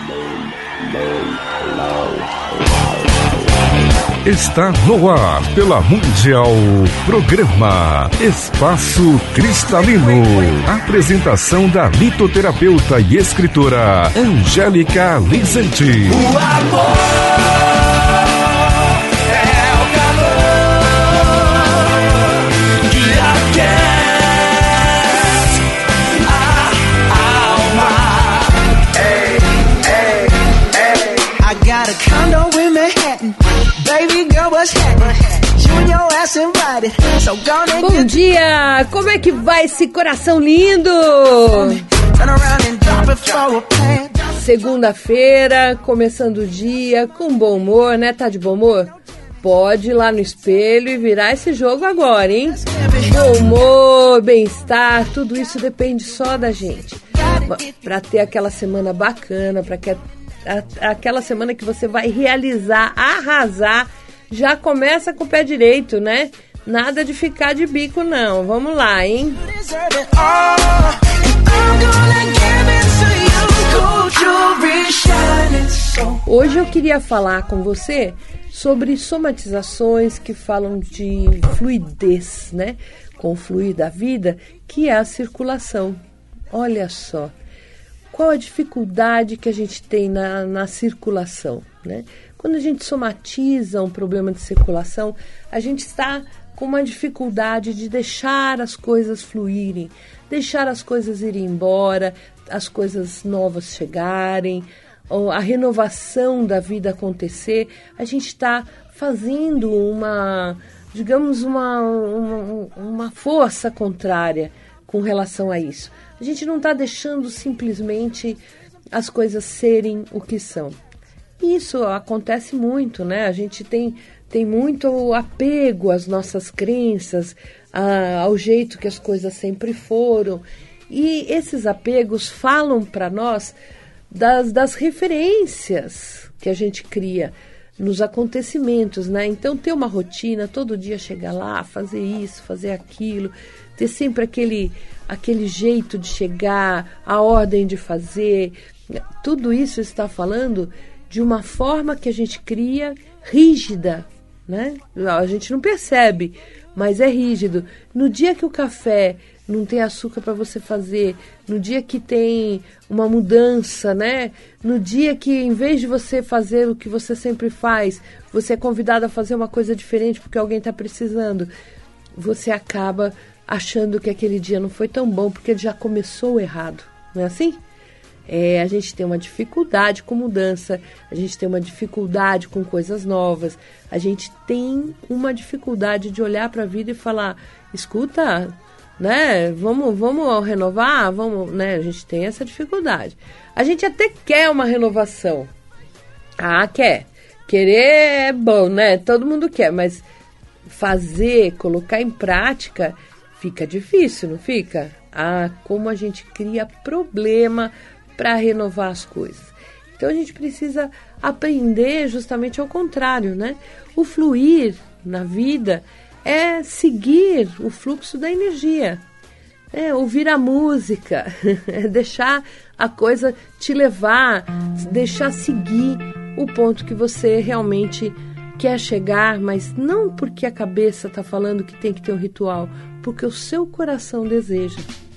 Está no ar pela Mundial, programa Espaço Cristalino. Apresentação da litoterapeuta e escritora Angélica Lizenti. O amor é o calor que aquece a alma. Hey, hey, hey. I got a condo in Manhattan. Bom dia! Como é que vai esse coração lindo? Segunda-feira, começando o dia com bom humor, né? Tá de bom humor? Pode ir lá no espelho e virar esse jogo agora, hein? Bom humor, bem-estar, tudo isso depende só da gente. Pra ter aquela semana bacana, pra que aquela semana que você vai realizar, arrasar, já começa com o pé direito, né? Nada de ficar de bico, não. Vamos lá, hein? Hoje eu queria falar com você sobre somatizações que falam de fluidez, né? Com o fluir da vida, que é a circulação. Olha só. Qual a dificuldade que a gente tem na circulação, né? Quando a gente somatiza um problema de circulação, a gente está com uma dificuldade de deixar as coisas fluírem, deixar as coisas irem embora, as coisas novas chegarem, a renovação da vida acontecer. A gente está fazendo uma força contrária com relação a isso. A gente não está deixando simplesmente as coisas serem o que são. Isso acontece muito, né? A gente tem muito apego às nossas crenças, ao jeito que as coisas sempre foram. E esses apegos falam para nós das referências que a gente cria nos acontecimentos, né? Então, ter uma rotina, todo dia chegar lá, fazer isso, fazer aquilo, ter sempre aquele jeito de chegar, a ordem de fazer, tudo isso está falando de uma forma que a gente cria rígida, né? A gente não percebe, mas é rígido. No dia que o café não tem açúcar para você fazer, no dia que tem uma mudança, né? No dia que, em vez de você fazer o que você sempre faz, você é convidado a fazer uma coisa diferente porque alguém está precisando, você acaba achando que aquele dia não foi tão bom porque ele já começou errado, não é assim? A gente tem uma dificuldade com mudança, a gente tem uma dificuldade com coisas novas, a gente tem uma dificuldade de olhar para a vida e falar, escuta, né, vamos renovar, né, a gente tem essa dificuldade. A gente até quer uma renovação, querer é bom, né, todo mundo quer, mas fazer, colocar em prática, fica difícil, não fica? Como a gente cria problema para renovar as coisas. Então a gente precisa aprender justamente ao contrário, né? O fluir na vida é seguir o fluxo da energia, ouvir a música, deixar a coisa te levar, deixar seguir o ponto que você realmente quer chegar, mas não porque a cabeça está falando que tem que ter um ritual, porque o seu coração deseja.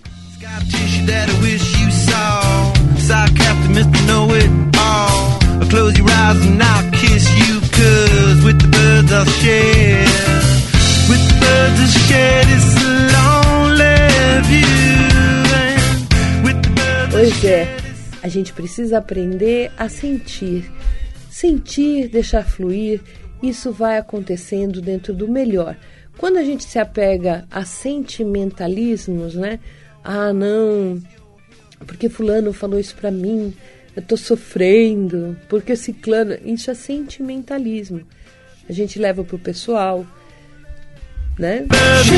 Pois é, a gente precisa aprender a sentir, deixar fluir. Isso vai acontecendo dentro do melhor. Quando a gente se apega a sentimentalismos, né? Não, porque fulano falou isso pra mim, eu tô sofrendo, porque ciclano, isso é sentimentalismo. A gente leva pro pessoal, né?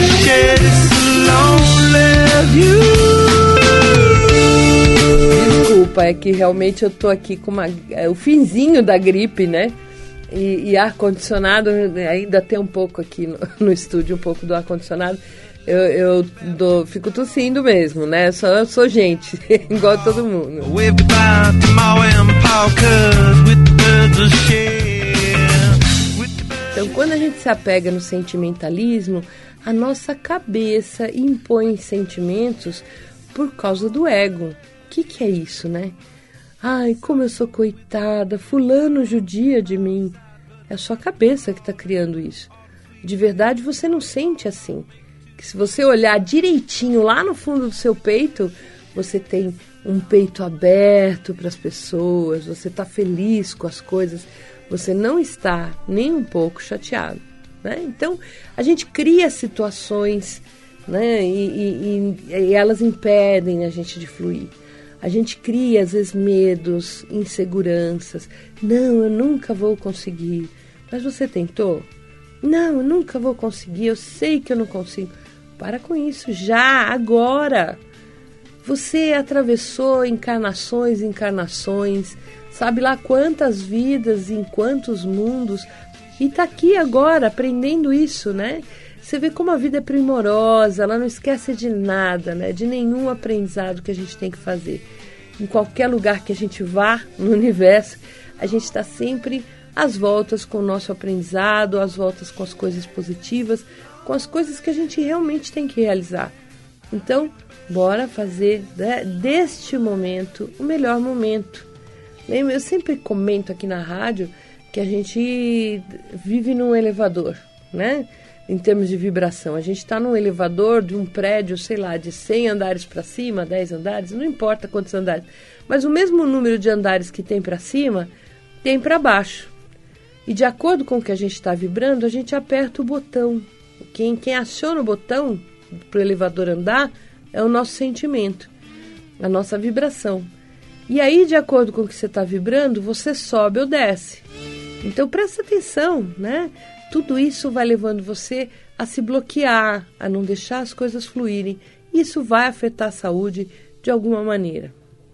Desculpa, é que realmente eu tô aqui com o finzinho da gripe, né? E ar-condicionado, ainda tem um pouco aqui no estúdio, um pouco do ar-condicionado. Eu fico tossindo mesmo, né? Eu sou gente, igual todo mundo. Então, quando a gente se apega no sentimentalismo, a nossa cabeça impõe sentimentos por causa do ego. O que é isso, né? Ai, como eu sou coitada, fulano judia de mim. É a sua cabeça que está criando isso. De verdade, você não sente assim. Que se você olhar direitinho lá no fundo do seu peito, você tem um peito aberto para as pessoas, você está feliz com as coisas, você não está nem um pouco chateado, né? Então, a gente cria situações, né, e elas impedem a gente de fluir. A gente cria, às vezes, medos, inseguranças. Não, eu nunca vou conseguir. Mas você tentou? Não, eu nunca vou conseguir, eu sei que eu não consigo. Para com isso, já, agora. Você atravessou encarnações, sabe lá quantas vidas, em quantos mundos, e está aqui agora aprendendo isso, né? Você vê como a vida é primorosa, ela não esquece de nada, né? De nenhum aprendizado que a gente tem que fazer. Em qualquer lugar que a gente vá no universo, a gente está sempre às voltas com o nosso aprendizado, às voltas com as coisas positivas, com as coisas que a gente realmente tem que realizar. Então, bora fazer, né, deste momento o melhor momento. Lembra? Eu sempre comento aqui na rádio que a gente vive num elevador, né? Em termos de vibração. A gente está num elevador de um prédio, sei lá, de 100 andares para cima, 10 andares, não importa quantos andares. Mas o mesmo número de andares que tem para cima, tem para baixo. E de acordo com o que a gente está vibrando, a gente aperta o botão. Quem aciona o botão para o elevador andar é o nosso sentimento, a nossa vibração. E aí, de acordo com o que você está vibrando, você sobe ou desce. Então, presta atenção, né? Tudo isso vai levando você a se bloquear, a não deixar as coisas fluírem. Isso vai afetar a saúde de alguma maneira.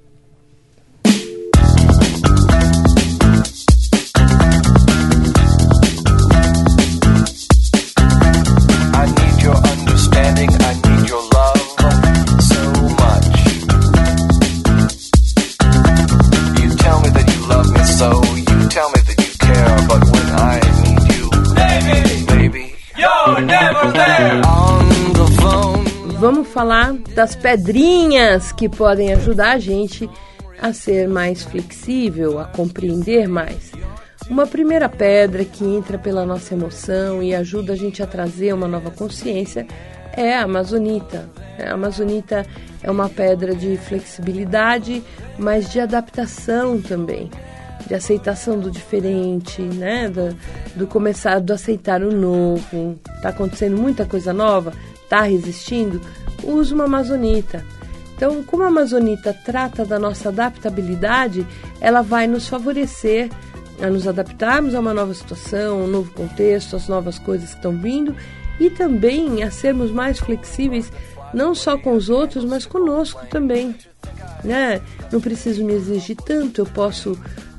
Vamos falar das pedrinhas que podem ajudar a gente a ser mais flexível, a compreender mais. Uma primeira pedra que entra pela nossa emoção e ajuda a gente a trazer uma nova consciência é a amazonita. A amazonita é uma pedra de flexibilidade, mas de adaptação também, de aceitação do diferente, né? Do começar, do aceitar o novo. Está acontecendo muita coisa nova, está resistindo, usa uma amazonita. Então, como a amazonita trata da nossa adaptabilidade, ela vai nos favorecer a nos adaptarmos a uma nova situação, um novo contexto, as novas coisas que estão vindo, e também a sermos mais flexíveis, não só com os outros, mas conosco também, né? Não preciso me exigir tanto, eu posso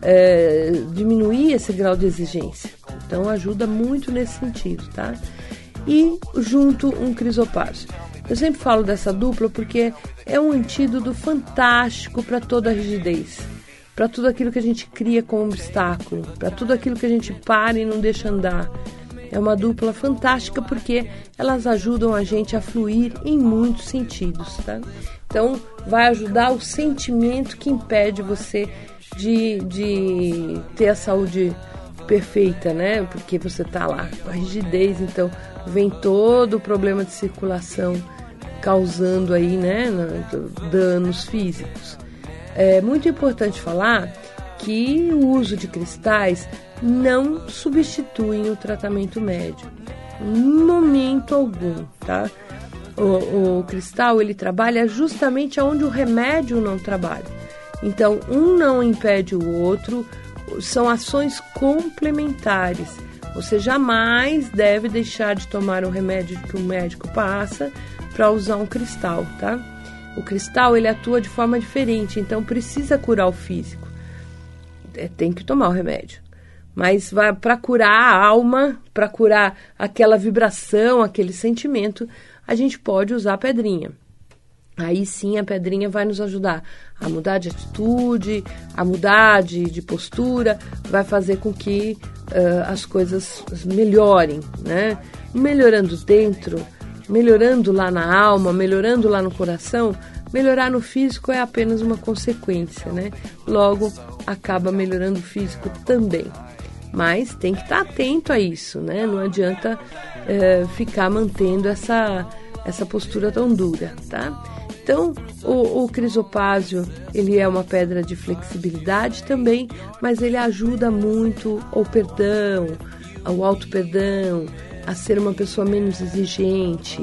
diminuir esse grau de exigência. Então, ajuda muito nesse sentido, tá? E junto um crisopásia. Eu sempre falo dessa dupla porque é um antídoto fantástico para toda a rigidez, para tudo aquilo que a gente cria como obstáculo, para tudo aquilo que a gente para e não deixa andar. É uma dupla fantástica porque elas ajudam a gente a fluir em muitos sentidos, tá? Então, vai ajudar o sentimento que impede você de ter a saúde perfeita, né? Porque você tá lá com a rigidez, então vem todo o problema de circulação causando aí, né, danos físicos. É muito importante falar que o uso de cristais não substitui o tratamento médico, em momento algum, tá? O cristal, ele trabalha justamente onde o remédio não trabalha. Então, um não impede o outro, são ações complementares. Você jamais deve deixar de tomar o remédio que o médico passa para usar um cristal, tá? O cristal, ele atua de forma diferente, então precisa curar o físico. Tem que tomar o remédio. Mas para curar a alma, para curar aquela vibração, aquele sentimento, a gente pode usar a pedrinha. aí sim a pedrinha vai nos ajudar a mudar de atitude, a mudar de postura, vai fazer com que as coisas melhorem, né? Melhorando dentro, melhorando lá na alma, melhorando lá no coração, melhorar no físico é apenas uma consequência, né? Logo, acaba melhorando o físico também. Mas tem que estar atento a isso, né? Não adianta ficar mantendo essa postura tão dura, tá? Então, o crisopásio, ele é uma pedra de flexibilidade também, mas ele ajuda muito ao perdão, ao auto-perdão, a ser uma pessoa menos exigente,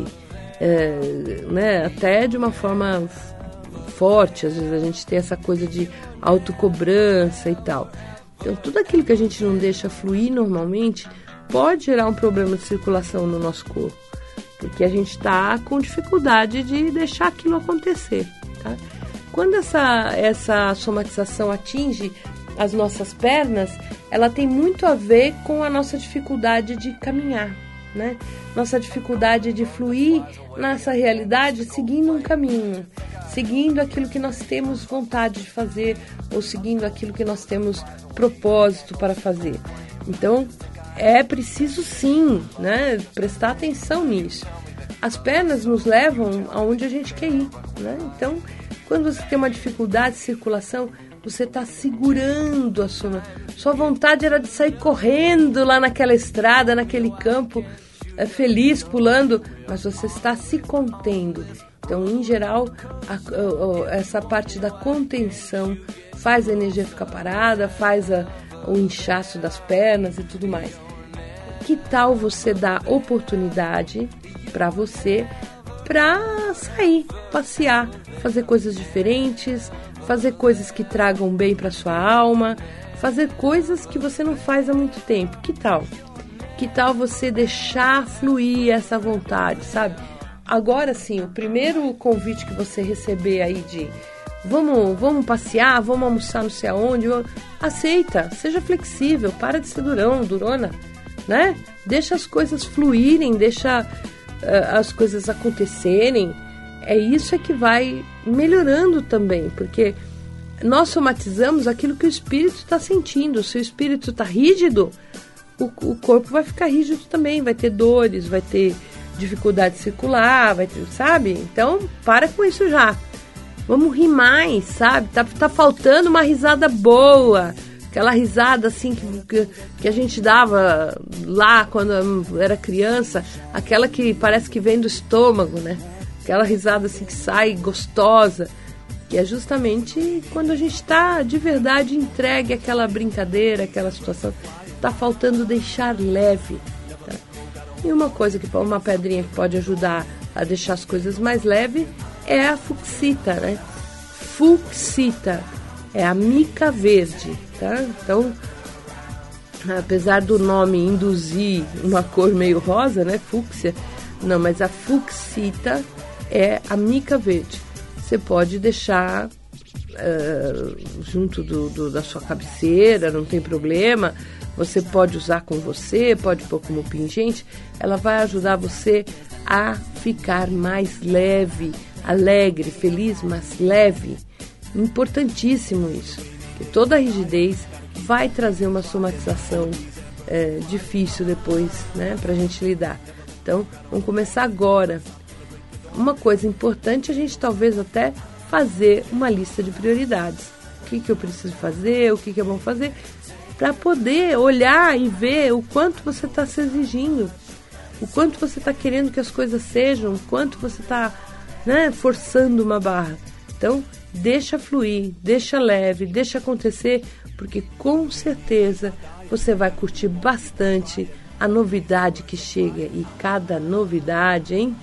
né? Até de uma forma forte. Às vezes a gente tem essa coisa de autocobrança e tal. Então, tudo aquilo que a gente não deixa fluir normalmente pode gerar um problema de circulação no nosso corpo, porque a gente está com dificuldade de deixar aquilo acontecer, tá? Quando essa somatização atinge as nossas pernas, ela tem muito a ver com a nossa dificuldade de caminhar, né? Nossa dificuldade de fluir nessa realidade seguindo um caminho, seguindo aquilo que nós temos vontade de fazer ou seguindo aquilo que nós temos propósito para fazer. Então, é preciso sim, né, prestar atenção nisso. As pernas nos levam aonde a gente quer ir, né? Então, quando você tem uma dificuldade de circulação, você está segurando a sua vontade era de sair correndo lá naquela estrada, naquele campo, feliz, pulando, mas você está se contendo. Então, em geral, essa parte da contenção faz a energia ficar parada, faz o inchaço das pernas e tudo mais. Que tal você dar oportunidade para você para sair, passear, fazer coisas diferentes, fazer coisas que tragam bem para sua alma, fazer coisas que você não faz há muito tempo? Que tal? Que tal você deixar fluir essa vontade, sabe? Agora sim, o primeiro convite que você receber aí de vamos passear, vamos almoçar não sei aonde, aceita, seja flexível, para de ser durona, né? Deixa as coisas fluírem, deixa as coisas acontecerem. É isso que vai melhorando também, porque nós somatizamos aquilo que o espírito está sentindo. Se o espírito está rígido, o corpo vai ficar rígido também, vai ter dores, vai ter dificuldade de circular, vai ter, sabe? Então, para com isso já. Vamos rir mais, sabe? Tá faltando uma risada boa. Aquela risada assim que a gente dava lá quando era criança. Aquela que parece que vem do estômago, né? Aquela risada assim que sai gostosa. Que é justamente quando a gente está de verdade entregue àquela brincadeira, àquela situação. Tá faltando deixar leve. Tá? E uma pedrinha que pode ajudar a deixar as coisas mais leves é a fucsita, né? Fucsita é a mica verde, tá? Então, apesar do nome induzir uma cor meio rosa, né? Fúcsia, não, mas a fucsita é a mica verde. Você pode deixar junto da sua cabeceira, não tem problema. Você pode usar com você, pode pôr como pingente. Ela vai ajudar você a ficar mais leve, alegre, feliz, mas leve. Importantíssimo isso, que toda a rigidez vai trazer uma somatização difícil depois, né, pra gente lidar. Então, vamos começar agora. Uma coisa importante, a gente talvez até fazer uma lista de prioridades. O que eu preciso fazer, o que é bom fazer, para poder olhar e ver o quanto você está se exigindo, o quanto você está querendo que as coisas sejam, o quanto você está, né, forçando uma barra. Então, deixa fluir, deixa leve, deixa acontecer, porque com certeza você vai curtir bastante a novidade que chega. E cada novidade, hein?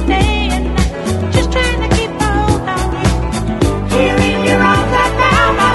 Here in your arms I found my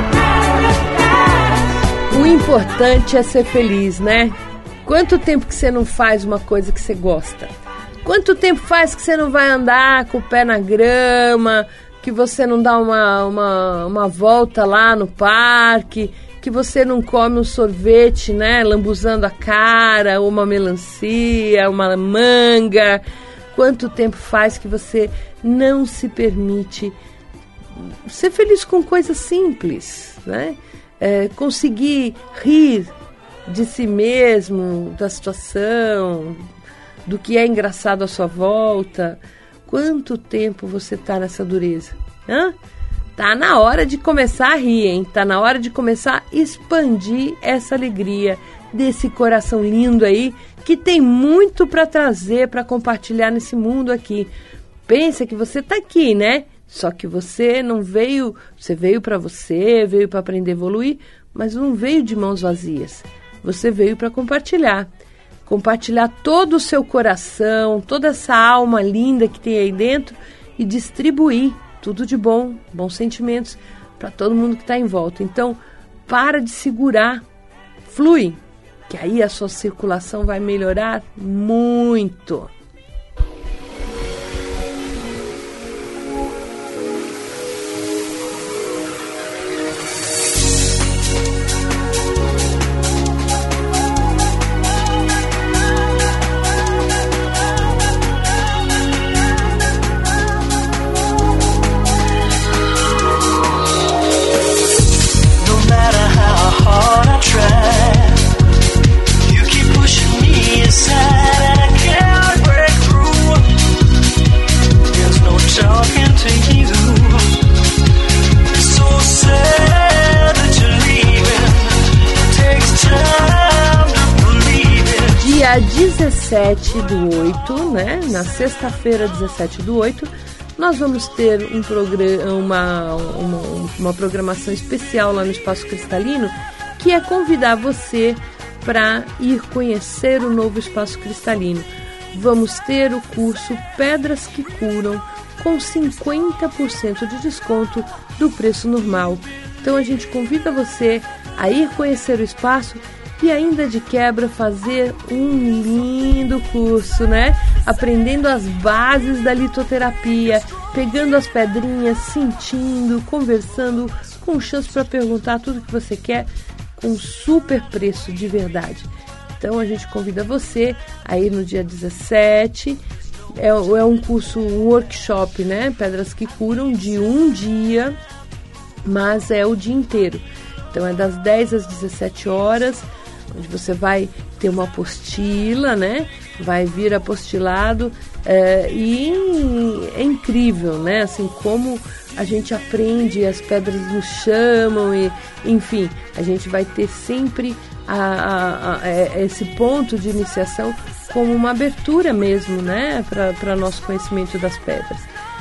importante é ser feliz, né? Quanto tempo que você não faz uma coisa que você gosta? Quanto tempo faz que você não vai andar com o pé na grama, que você não dá uma volta lá no parque, que você não come um sorvete, né, lambuzando a cara, ou uma melancia, uma manga? Quanto tempo faz que você não se permite ser feliz com coisas simples, né? Conseguir rir de si mesmo, da situação, do que é engraçado à sua volta. Quanto tempo você está nessa dureza? Tá na hora de começar a rir, hein? Tá na hora de começar a expandir essa alegria desse coração lindo aí, que tem muito para trazer, para compartilhar nesse mundo aqui. Pensa que você tá aqui, né? Só que você não veio, você veio para você, veio para aprender a evoluir, mas não veio de mãos vazias. Você veio para compartilhar. Compartilhar todo o seu coração, toda essa alma linda que tem aí dentro e distribuir tudo de bom, bons sentimentos para todo mundo que está em volta. Então, para de segurar, flui, que aí a sua circulação vai melhorar muito. Dia 17/8, né? Na sexta-feira, 17/8, nós vamos ter um programa, uma programação especial lá no Espaço Cristalino, que é convidar você para ir conhecer o novo Espaço Cristalino. Vamos ter o curso Pedras que Curam com 50% de desconto do preço normal. Então a gente convida você a ir conhecer o espaço e ainda de quebra fazer um lindo curso, né? Aprendendo as bases da litoterapia, pegando as pedrinhas, sentindo, conversando, com chance para perguntar tudo que você quer, com super preço de verdade. Então a gente convida você aí no dia 17, é um curso, um workshop, né? Pedras que Curam, de um dia, mas é o dia inteiro. Então é das 10 às 17 horas, onde você vai ter uma apostila, né? Vai vir apostilado, e é incrível, né? Assim, como a gente aprende, as pedras nos chamam, e enfim, a gente vai ter sempre esse ponto de iniciação como uma abertura mesmo, né? Para nosso conhecimento das pedras.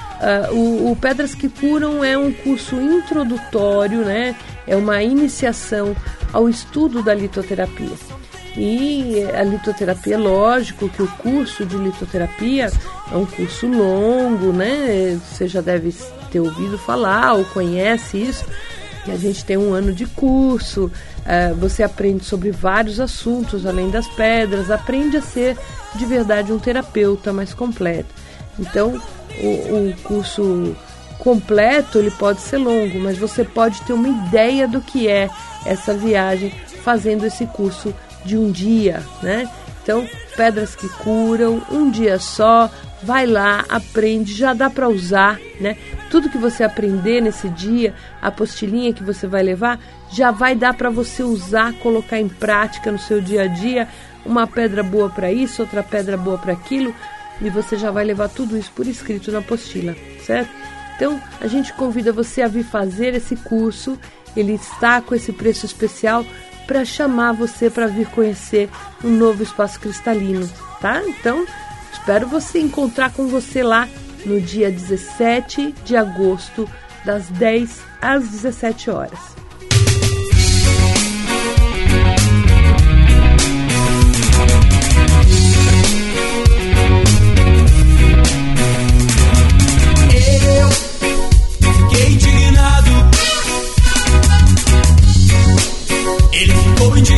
O Pedras que Curam é um curso introdutório, né? É uma iniciação ao estudo da litoterapia. E a litoterapia, lógico que o curso de litoterapia é um curso longo, né? Você já deve ter ouvido falar ou conhece isso, que a gente tem um ano de curso. Você aprende sobre vários assuntos, além das pedras, aprende a ser de verdade um terapeuta mais completo. Então, o curso completo, ele pode ser longo, mas você pode ter uma ideia do que é essa viagem fazendo esse curso de um dia, né? Então, Pedras que Curam, um dia só, vai lá, aprende, já dá para usar, né? Tudo que você aprender nesse dia, a apostilinha que você vai levar, já vai dar para você usar, colocar em prática no seu dia a dia, uma pedra boa para isso, outra pedra boa para aquilo, e você já vai levar tudo isso por escrito na apostila, certo? Então, a gente convida você a vir fazer esse curso. Ele está com esse preço especial para chamar você para vir conhecer um novo Espaço Cristalino, tá? Então, espero você encontrar com você lá no dia 17 de agosto, das 10 às 17 horas. Ele ficou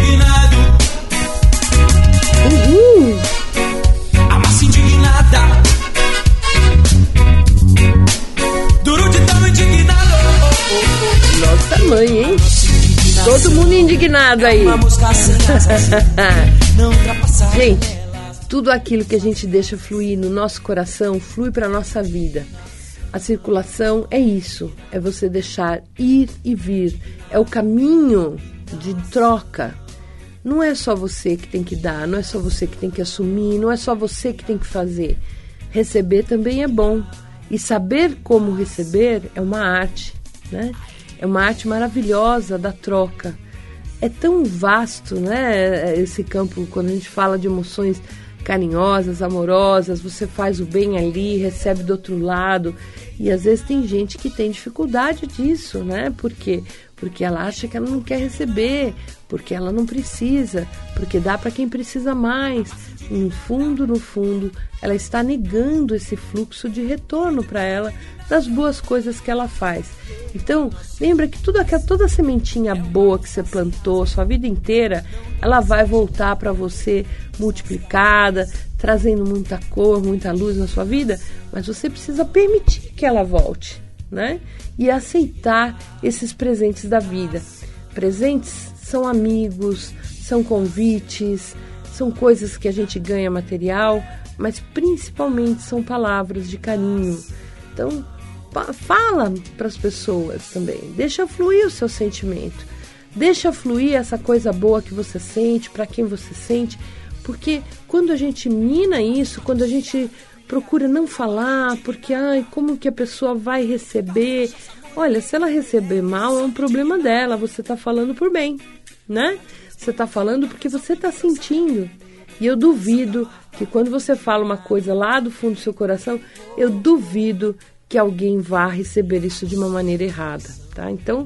afinado aí. Uma mosca sem asas, não ultrapassar. Gente, tudo aquilo que a gente deixa fluir no nosso coração, flui para a nossa vida. A circulação é isso, é você deixar ir e vir, é o caminho de troca. Não é só você que tem que dar, não é só você que tem que assumir, não é só você que tem que fazer. Receber também é bom. E saber como receber é uma arte, né? É uma arte maravilhosa da troca. É tão vasto, né? Esse campo, quando a gente fala de emoções carinhosas, amorosas, você faz o bem ali, recebe do outro lado. E às vezes tem gente que tem dificuldade disso, né? Por quê? Porque ela acha que ela não quer receber, porque ela não precisa, porque dá para quem precisa mais. No fundo, ela está negando esse fluxo de retorno para ela das boas coisas que ela faz. Então, lembra que toda sementinha boa que você plantou sua vida inteira, ela vai voltar para você multiplicada, trazendo muita cor, muita luz na sua vida, mas você precisa permitir que ela volte, né? E aceitar esses presentes da vida. Presentes são amigos, são convites, são coisas que a gente ganha material, mas principalmente são palavras de carinho. Então, fala para as pessoas também, deixa fluir o seu sentimento, deixa fluir essa coisa boa que você sente, para quem você sente, porque quando a gente mina isso, quando a gente procura não falar, porque como que a pessoa vai receber? Olha, se ela receber mal, é um problema dela, você está falando por bem, né? Você está falando porque você está sentindo. E eu duvido que quando você fala uma coisa lá do fundo do seu coração, eu duvido que alguém vá receber isso de uma maneira errada, tá? Então,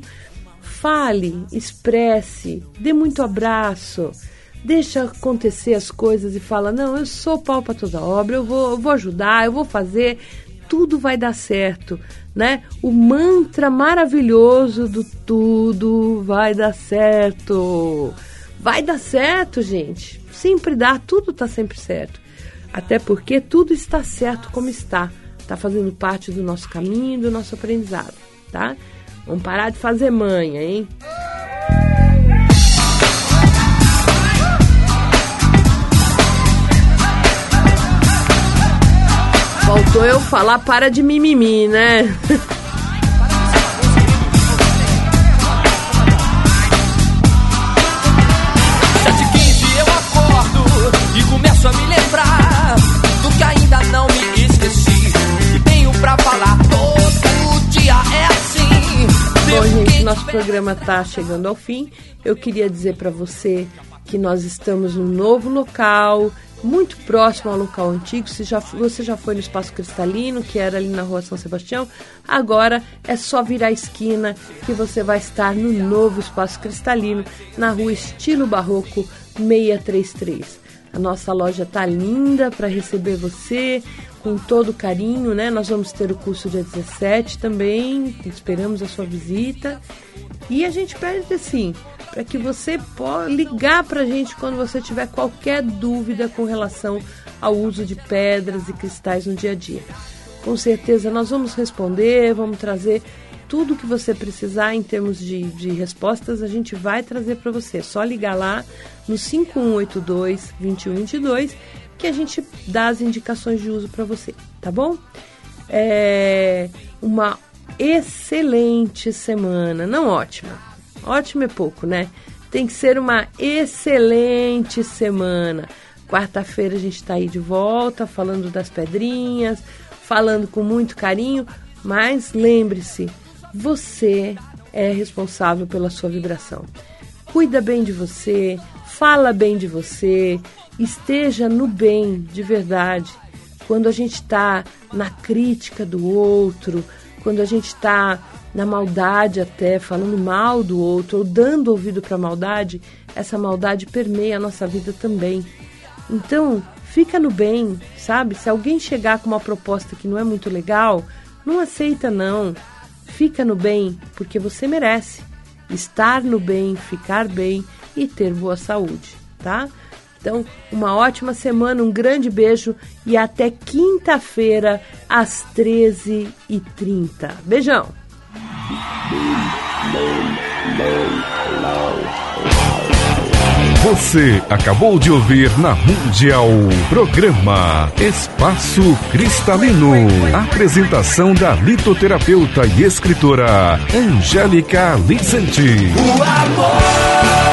fale, expresse, dê muito abraço, deixa acontecer as coisas e fala, não, eu sou pau para toda obra, eu vou ajudar, eu vou fazer, tudo vai dar certo, né? O mantra maravilhoso do tudo vai dar certo. Vai dar certo, gente. Sempre dá, tudo está sempre certo. Até porque tudo está certo como está. Está fazendo parte do nosso caminho, do nosso aprendizado, tá? Vamos parar de fazer manha, hein? Faltou eu falar, para de mimimi, né? A me lembrar do que ainda não me esqueci e tenho pra falar todo dia é assim. Bom, gente, nosso programa está chegando ao fim. Eu queria dizer para você que nós estamos num novo local, muito próximo ao local antigo. Você já foi no Espaço Cristalino, que era ali na Rua São Sebastião. Agora é só virar a esquina que você vai estar no novo Espaço Cristalino, na Rua Estilo Barroco 633. A nossa loja tá linda para receber você com todo carinho, né? Nós vamos ter o curso dia 17 também, esperamos a sua visita. E a gente pede assim, para que você possa ligar para a gente quando você tiver qualquer dúvida com relação ao uso de pedras e cristais no dia a dia. Com certeza nós vamos responder, vamos trazer tudo que você precisar em termos de respostas, a gente vai trazer para você. É só ligar lá no 5182-2122 que a gente dá as indicações de uso para você, tá bom? Uma excelente semana, não ótima. Ótima é pouco, né? Tem que ser uma excelente semana. Quarta-feira a gente está aí de volta, falando das pedrinhas, falando com muito carinho, mas lembre-se, você é responsável pela sua vibração. Cuida bem de você, fala bem de você, esteja no bem de verdade. Quando a gente está na crítica do outro, quando a gente está na maldade até, falando mal do outro, ou dando ouvido para a maldade, essa maldade permeia a nossa vida também. Então, fica no bem, sabe? Se alguém chegar com uma proposta que não é muito legal, não aceita não. Fica no bem, porque você merece estar no bem, ficar bem e ter boa saúde, tá? Então, uma ótima semana, um grande beijo e até quinta-feira às 13h30. Beijão! Você acabou de ouvir na Mundial programa Espaço Cristalino. Apresentação da litoterapeuta e escritora Angélica Lizanti. O amor